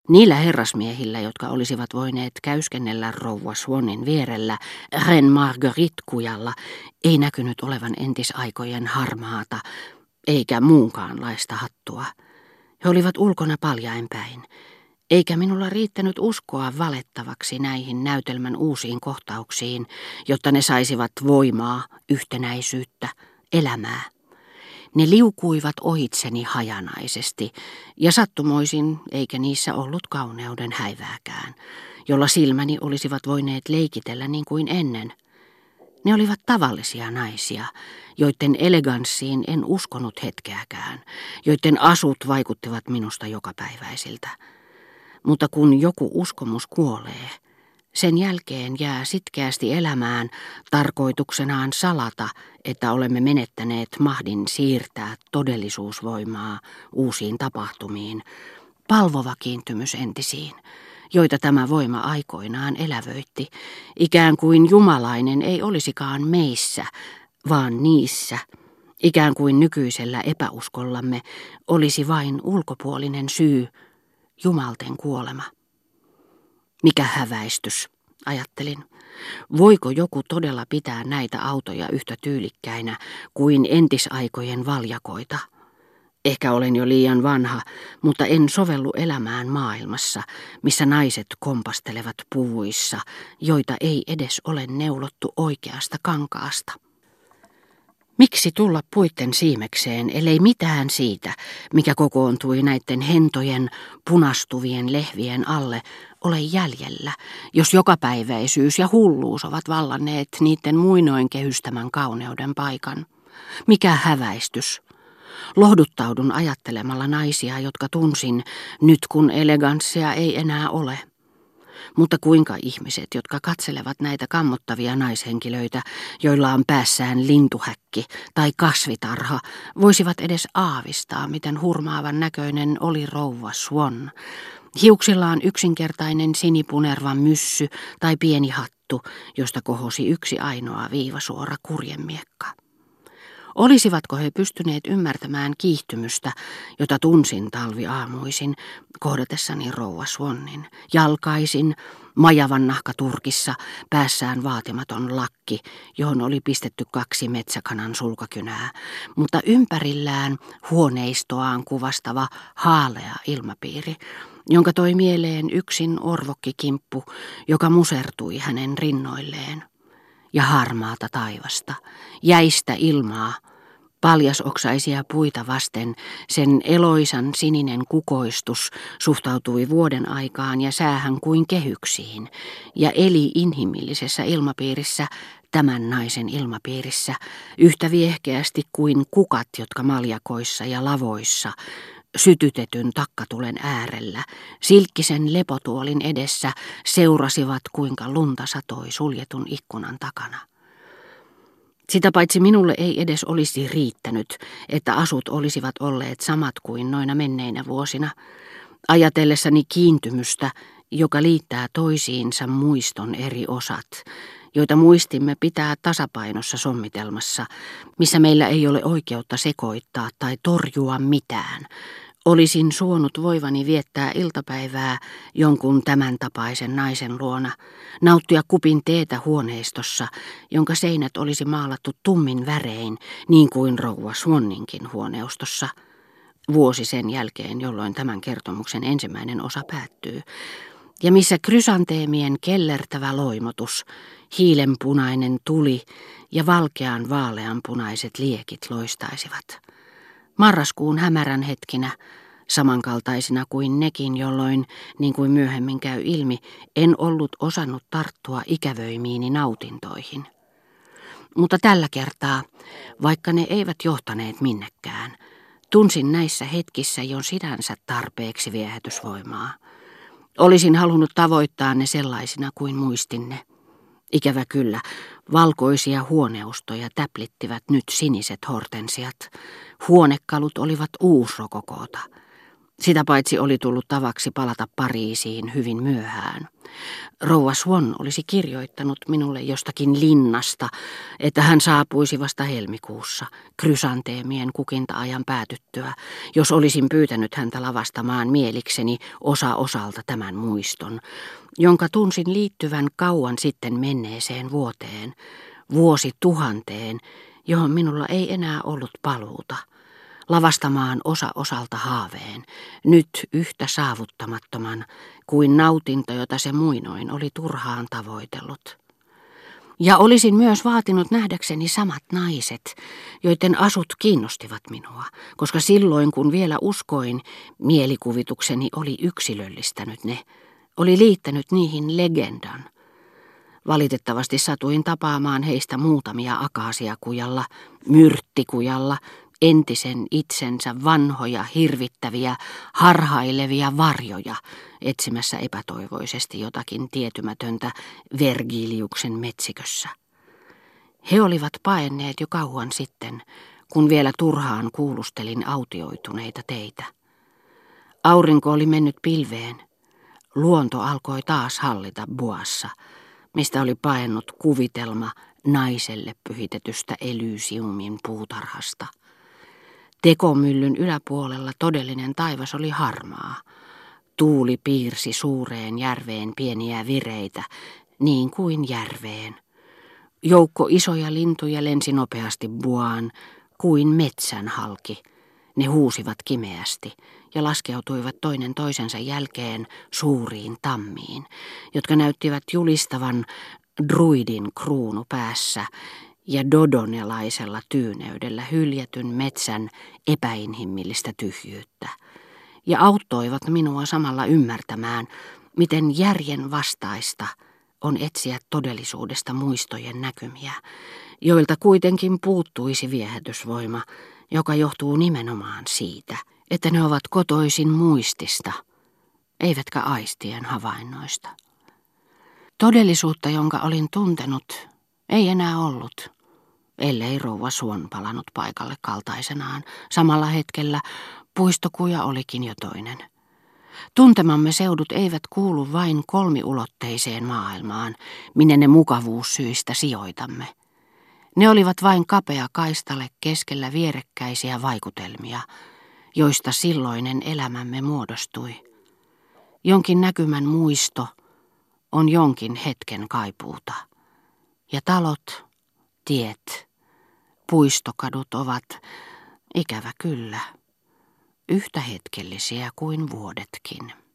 Niillä herrasmiehillä, jotka olisivat voineet käyskennellä rouva Swannin vierellä Reine Marguerite-kujalla, ei näkynyt olevan entisaikojen harmaata eikä muunkaanlaista hattua. He olivat ulkona paljain päin, eikä minulla riittänyt uskoa valettavaksi näihin näytelmän uusiin kohtauksiin, jotta ne saisivat voimaa, yhtenäisyyttä, elämää. Ne liukuivat ohitseni hajanaisesti ja sattumoisin, eikä niissä ollut kauneuden häivääkään, jolla silmäni olisivat voineet leikitellä niin kuin ennen. Ne olivat tavallisia naisia, joiden eleganssiin en uskonut hetkeäkään, joiden asut vaikuttivat minusta jokapäiväisiltä. Mutta kun joku uskomus kuolee, sen jälkeen jää sitkeästi elämään tarkoituksenaan salata, että olemme menettäneet mahdin siirtää todellisuusvoimaa uusiin tapahtumiin, palvova kiintymys entisiin, joita tämä voima aikoinaan elävöitti, ikään kuin jumalainen ei olisikaan meissä, vaan niissä, ikään kuin nykyisellä epäuskollamme olisi vain ulkopuolinen syy, jumalten kuolema. Mikä häväistys, ajattelin. Voiko joku todella pitää näitä autoja yhtä tyylikkäinä kuin entisaikojen valjakoita? Ehkä olen jo liian vanha, mutta en sovellu elämään maailmassa, missä naiset kompastelevat puvuissa, joita ei edes ole neulottu oikeasta kankaasta. Miksi tulla puitten siimekseen, ellei mitään siitä, mikä kokoontui näiden hentojen, punastuvien lehvien alle, ole jäljellä, jos jokapäiväisyys ja hulluus ovat vallanneet niiden muinoin kehystämän kauneuden paikan? Mikä häväistys! Lohduttaudun ajattelemalla naisia, jotka tunsin, nyt kun eleganssia ei enää ole. Mutta kuinka ihmiset, jotka katselevat näitä kammottavia naishenkilöitä, joilla on päässään lintuhäkki tai kasvitarha, voisivat edes aavistaa, miten hurmaavan näköinen oli rouva Swan. Hiuksillaan yksinkertainen sinipunerva myssy tai pieni hattu, josta kohosi yksi ainoa viivasuora kurjemiekka. Olisivatko he pystyneet ymmärtämään kiihtymystä, jota tunsin talviaamuisin, kohdatessani rouva Swannin, jalkaisin, majavan nahkaturkissa, päässään vaatimaton lakki, johon oli pistetty 2 metsäkanan sulkakynää, mutta ympärillään huoneistoaan kuvastava haalea ilmapiiri, jonka toi mieleen yksin orvokkikimppu, joka musertui hänen rinnoilleen. Ja harmaata taivasta, jäistä ilmaa, paljasoksaisia puita vasten sen eloisan sininen kukoistus suhtautui vuoden aikaan ja säähän kuin kehyksiin ja eli inhimillisessä ilmapiirissä, tämän naisen ilmapiirissä, yhtä viehkeästi kuin kukat, jotka maljakoissa ja lavoissa, sytytetyn takkatulen äärellä, silkkisen lepotuolin edessä seurasivat, kuinka lunta satoi suljetun ikkunan takana. Sitä paitsi minulle ei edes olisi riittänyt, että asut olisivat olleet samat kuin noina menneinä vuosina, ajatellessani kiintymystä, joka liittää toisiinsa muiston eri osat, joita muistimme pitää tasapainossa sommitelmassa, missä meillä ei ole oikeutta sekoittaa tai torjua mitään. Olisin suonut voivani viettää iltapäivää jonkun tämän tapaisen naisen luona, nauttia kupin teetä huoneistossa, jonka seinät olisi maalattu tummin värein, niin kuin rouva Swanninkin huoneustossa. Vuosi sen jälkeen, jolloin tämän kertomuksen ensimmäinen osa päättyy, ja missä krysanteemien kellertävä loimotus, hiilenpunainen tuli ja valkean vaaleanpunaiset liekit loistaisivat. Marraskuun hämärän hetkinä, samankaltaisina kuin nekin, jolloin, niin kuin myöhemmin käy ilmi, en ollut osannut tarttua ikävöimiini nautintoihin. Mutta tällä kertaa, vaikka ne eivät johtaneet minnekään, tunsin näissä hetkissä jo sinänsä tarpeeksi viehätysvoimaa. Olisin halunnut tavoittaa ne sellaisina kuin muistin ne. Ikävä kyllä, valkoisia huoneustoja täplittivät nyt siniset hortensiat. Huonekalut olivat uusrokokoota. Sitä paitsi oli tullut tavaksi palata Pariisiin hyvin myöhään. Rouva Swan olisi kirjoittanut minulle jostakin linnasta, että hän saapuisi vasta helmikuussa, krysanteemien kukinta-ajan päätyttyä, jos olisin pyytänyt häntä lavastamaan mielikseni osa osalta tämän muiston, jonka tunsin liittyvän kauan sitten menneeseen vuoteen, vuosituhanteen, johon minulla ei enää ollut paluuta. Lavastamaan osa osalta haaveen, nyt yhtä saavuttamattoman kuin nautinto, jota se muinoin oli turhaan tavoitellut. Ja olisin myös vaatinut nähdäkseni samat naiset, joiden asut kiinnostivat minua, koska silloin kun vielä uskoin, mielikuvitukseni oli yksilöllistänyt ne, oli liittänyt niihin legendan. Valitettavasti satuin tapaamaan heistä muutamia akaasiakujalla, myrttikujalla, entisen itsensä vanhoja, hirvittäviä, harhailevia varjoja etsimässä epätoivoisesti jotakin tietymätöntä Vergiliuksen metsikössä. He olivat paenneet jo kauan sitten, kun vielä turhaan kuulustelin autioituneita teitä. Aurinko oli mennyt pilveen. Luonto alkoi taas hallita Boassa, mistä oli paennut kuvitelma naiselle pyhitetystä Elysiumin puutarhasta. Tekomyllyn yläpuolella todellinen taivas oli harmaa. Tuuli piirsi suureen järveen pieniä vireitä, niin kuin järveen. Joukko isoja lintuja lensi nopeasti Boaan, kuin metsän halki. Ne huusivat kimeästi ja laskeutuivat toinen toisensa jälkeen suuriin tammiin, jotka näyttivät julistavan druidin kruunu päässä ja dodonelaisella tyyneydellä hyljätyn metsän epäinhimillistä tyhjyyttä, ja auttoivat minua samalla ymmärtämään, miten järjen vastaista on etsiä todellisuudesta muistojen näkymiä, joilta kuitenkin puuttuisi viehätysvoima, joka johtuu nimenomaan siitä, että ne ovat kotoisin muistista, eivätkä aistien havainnoista. Todellisuutta, jonka olin tuntenut, ei enää ollut, ellei rouva Swan palannut paikalle kaltaisenaan. Samalla hetkellä puistokuja olikin jo toinen. Tuntemamme seudut eivät kuulu vain kolmiulotteiseen maailmaan, minne ne mukavuussyistä sijoitamme. Ne olivat vain kapea kaistale keskellä vierekkäisiä vaikutelmia, joista silloinen elämämme muodostui. Jonkin näkymän muisto on jonkin hetken kaipuuta. Ja talot, tiet, puistokadut ovat, ikävä kyllä, yhtä hetkellisiä kuin vuodetkin.